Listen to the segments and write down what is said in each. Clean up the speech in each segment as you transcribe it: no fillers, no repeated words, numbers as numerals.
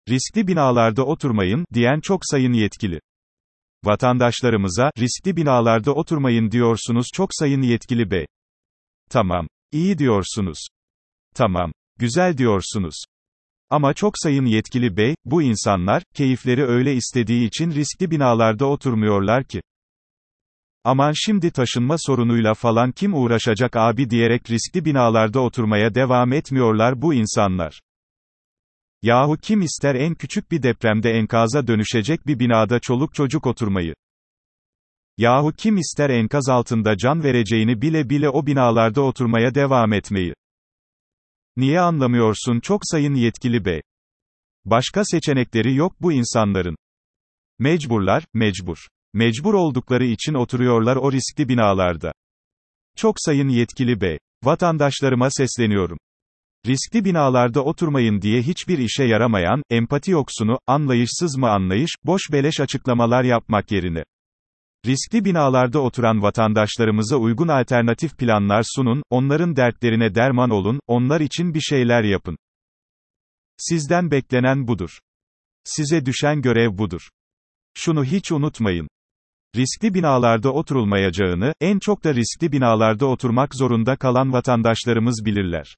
Riskli binalarda oturmayın, diyen çok sayın yetkili. Vatandaşlarımıza, riskli binalarda oturmayın diyorsunuz çok sayın yetkili bey. Tamam. İyi diyorsunuz. Tamam. Güzel diyorsunuz. Ama çok sayın yetkili bey, bu insanlar, keyifleri öyle istediği için riskli binalarda oturmuyorlar ki. Aman şimdi taşınma sorunuyla falan kim uğraşacak abi diyerek riskli binalarda oturmaya devam etmiyorlar bu insanlar. Yahu kim ister en küçük bir depremde enkaza dönüşecek bir binada çoluk çocuk oturmayı? Yahu kim ister enkaz altında can vereceğini bile bile o binalarda oturmaya devam etmeyi? Niye anlamıyorsun çok sayın yetkili bey? Başka seçenekleri yok bu insanların. Mecburlar, mecbur. Mecbur oldukları için oturuyorlar o riskli binalarda. Çok sayın yetkili bey, vatandaşlarıma sesleniyorum. Riskli binalarda oturmayın diye hiçbir işe yaramayan, empati yoksunu, anlayışsız mı anlayış, boş beleş açıklamalar yapmak yerine. Riskli binalarda oturan vatandaşlarımıza uygun alternatif planlar sunun, onların dertlerine derman olun, onlar için bir şeyler yapın. Sizden beklenen budur. Size düşen görev budur. Şunu hiç unutmayın. Riskli binalarda oturulmayacağını, en çok da riskli binalarda oturmak zorunda kalan vatandaşlarımız bilirler.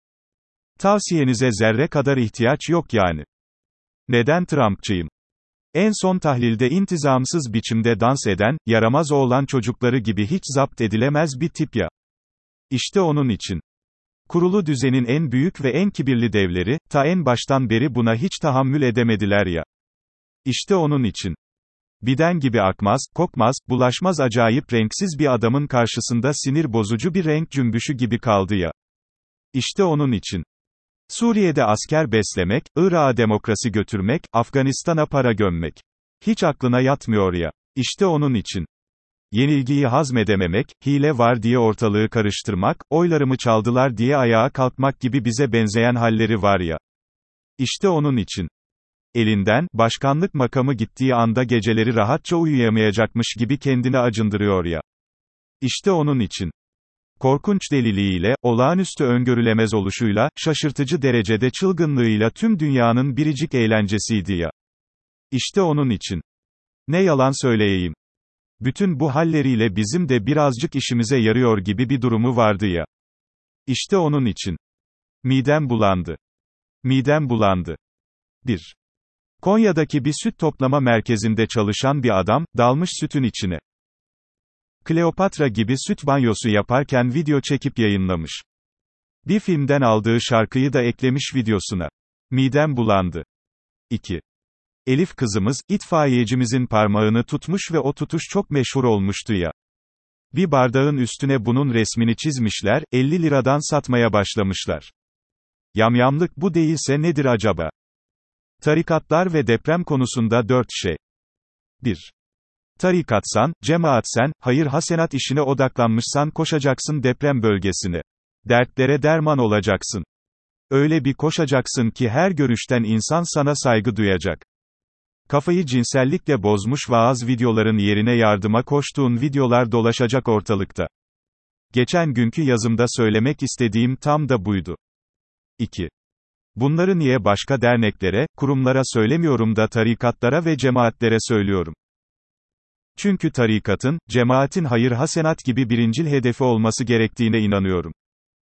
Tavsiyenize zerre kadar ihtiyaç yok yani. Neden Trumpçıyım? En son tahlilde intizamsız biçimde dans eden, yaramaz oğlan çocukları gibi hiç zapt edilemez bir tip ya. İşte onun için. Kurulu düzenin en büyük ve en kibirli devleri, ta en baştan beri buna hiç tahammül edemediler ya. İşte onun için. Biden gibi akmaz, kokmaz, bulaşmaz acayip renksiz bir adamın karşısında sinir bozucu bir renk cümbüşü gibi kaldı ya. İşte onun için. Suriye'de asker beslemek, Irak'a demokrasi götürmek, Afganistan'a para gömmek. Hiç aklına yatmıyor ya. İşte onun için. Yenilgiyi hazmedememek, hile var diye ortalığı karıştırmak, oylarımı çaldılar diye ayağa kalkmak gibi bize benzeyen halleri var ya. İşte onun için. Elinden, başkanlık makamı gittiği anda geceleri rahatça uyuyamayacakmış gibi kendini acındırıyor ya. İşte onun için. Korkunç deliliğiyle, olağanüstü öngörülemez oluşuyla, şaşırtıcı derecede çılgınlığıyla tüm dünyanın biricik eğlencesiydi ya. İşte onun için. Ne yalan söyleyeyim. Bütün bu halleriyle bizim de birazcık işimize yarıyor gibi bir durumu vardı ya. İşte onun için. Midem bulandı. Midem bulandı. 1. Konya'daki bir süt toplama merkezinde çalışan bir adam, dalmış sütün içine. Kleopatra gibi süt banyosu yaparken video çekip yayınlamış. Bir filmden aldığı şarkıyı da eklemiş videosuna. Midem bulandı. 2. Elif kızımız, itfaiyecimizin parmağını tutmuş ve o tutuş çok meşhur olmuştu ya. Bir bardağın üstüne bunun resmini çizmişler, 50 liradan satmaya başlamışlar. Yamyamlık bu değilse nedir acaba? Tarikatlar ve deprem konusunda 4 şey. 1. Tarikatsan, cemaatsen, hayır hasenat işine odaklanmışsan koşacaksın deprem bölgesine. Dertlere derman olacaksın. Öyle bir koşacaksın ki her görüşten insan sana saygı duyacak. Kafayı cinsellikle bozmuş vaaz videoların yerine yardıma koştuğun videolar dolaşacak ortalıkta. Geçen günkü yazımda söylemek istediğim tam da buydu. 2. Bunları niye başka derneklere, kurumlara söylemiyorum da tarikatlara ve cemaatlere söylüyorum? Çünkü tarikatın, cemaatin hayır hasenat gibi birincil hedefi olması gerektiğine inanıyorum.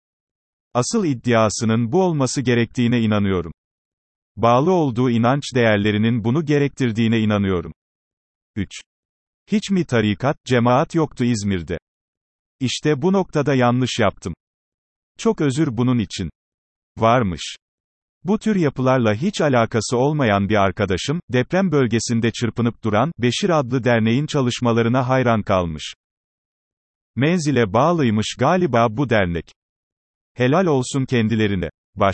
Asıl iddiasının bu olması gerektiğine inanıyorum. Bağlı olduğu inanç değerlerinin bunu gerektirdiğine inanıyorum. 3. Hiç mi tarikat, cemaat yoktu İzmir'de? İşte bu noktada yanlış yaptım. Çok özür bunun için. Varmış. Bu tür yapılarla hiç alakası olmayan bir arkadaşım, deprem bölgesinde çırpınıp duran, Beşir adlı derneğin çalışmalarına hayran kalmış. Menzile bağlıymış galiba bu dernek. Helal olsun kendilerine.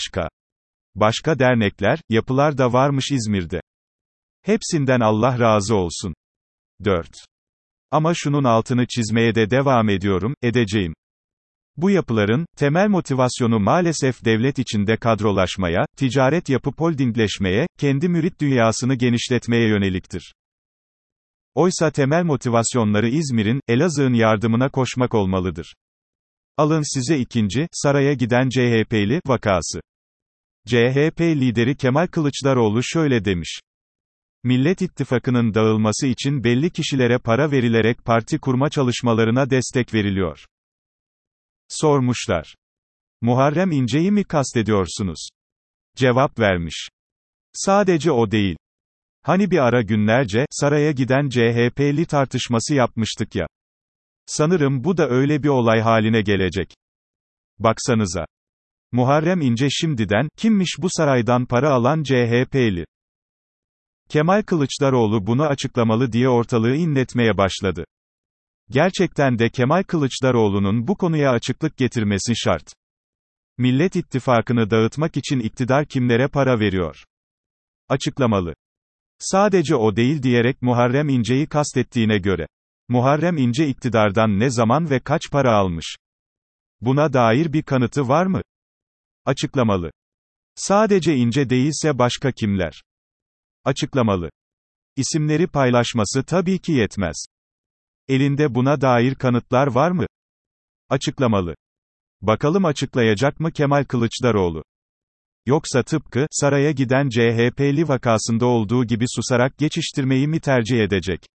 Başka dernekler, yapılar da varmış İzmir'de. Hepsinden Allah razı olsun. 4. Ama şunun altını çizmeye de devam edeceğim. Bu yapıların, temel motivasyonu maalesef devlet içinde kadrolaşmaya, ticaret yapıp holdingleşmeye, kendi mürit dünyasını genişletmeye yöneliktir. Oysa temel motivasyonları İzmir'in, Elazığ'ın yardımına koşmak olmalıdır. Alın size ikinci, saraya giden CHP'li, vakası. CHP lideri Kemal Kılıçdaroğlu şöyle demiş. Millet İttifakı'nın dağılması için belli kişilere para verilerek parti kurma çalışmalarına destek veriliyor. Sormuşlar. Muharrem İnce'yi mi kastediyorsunuz? Cevap vermiş. Sadece o değil. Hani bir ara günlerce, saraya giden CHP'li tartışması yapmıştık ya. Sanırım bu da öyle bir olay haline gelecek. Baksanıza. Muharrem İnce şimdiden, kimmiş bu saraydan para alan CHP'li? Kemal Kılıçdaroğlu bunu açıklamalı diye ortalığı inletmeye başladı. Gerçekten de Kemal Kılıçdaroğlu'nun bu konuya açıklık getirmesi şart. Millet İttifakı'nı dağıtmak için iktidar kimlere para veriyor? Açıklamalı. Sadece o değil diyerek Muharrem İnce'yi kastettiğine göre. Muharrem İnce iktidardan ne zaman ve kaç para almış? Buna dair bir kanıtı var mı? Açıklamalı. Sadece İnce değilse başka kimler? Açıklamalı. İsimleri paylaşması tabii ki yetmez. Elinde buna dair kanıtlar var mı? Açıklamalı. Bakalım açıklayacak mı Kemal Kılıçdaroğlu? Yoksa tıpkı, saraya giden CHP'li vakasında olduğu gibi susarak geçiştirmeyi mi tercih edecek?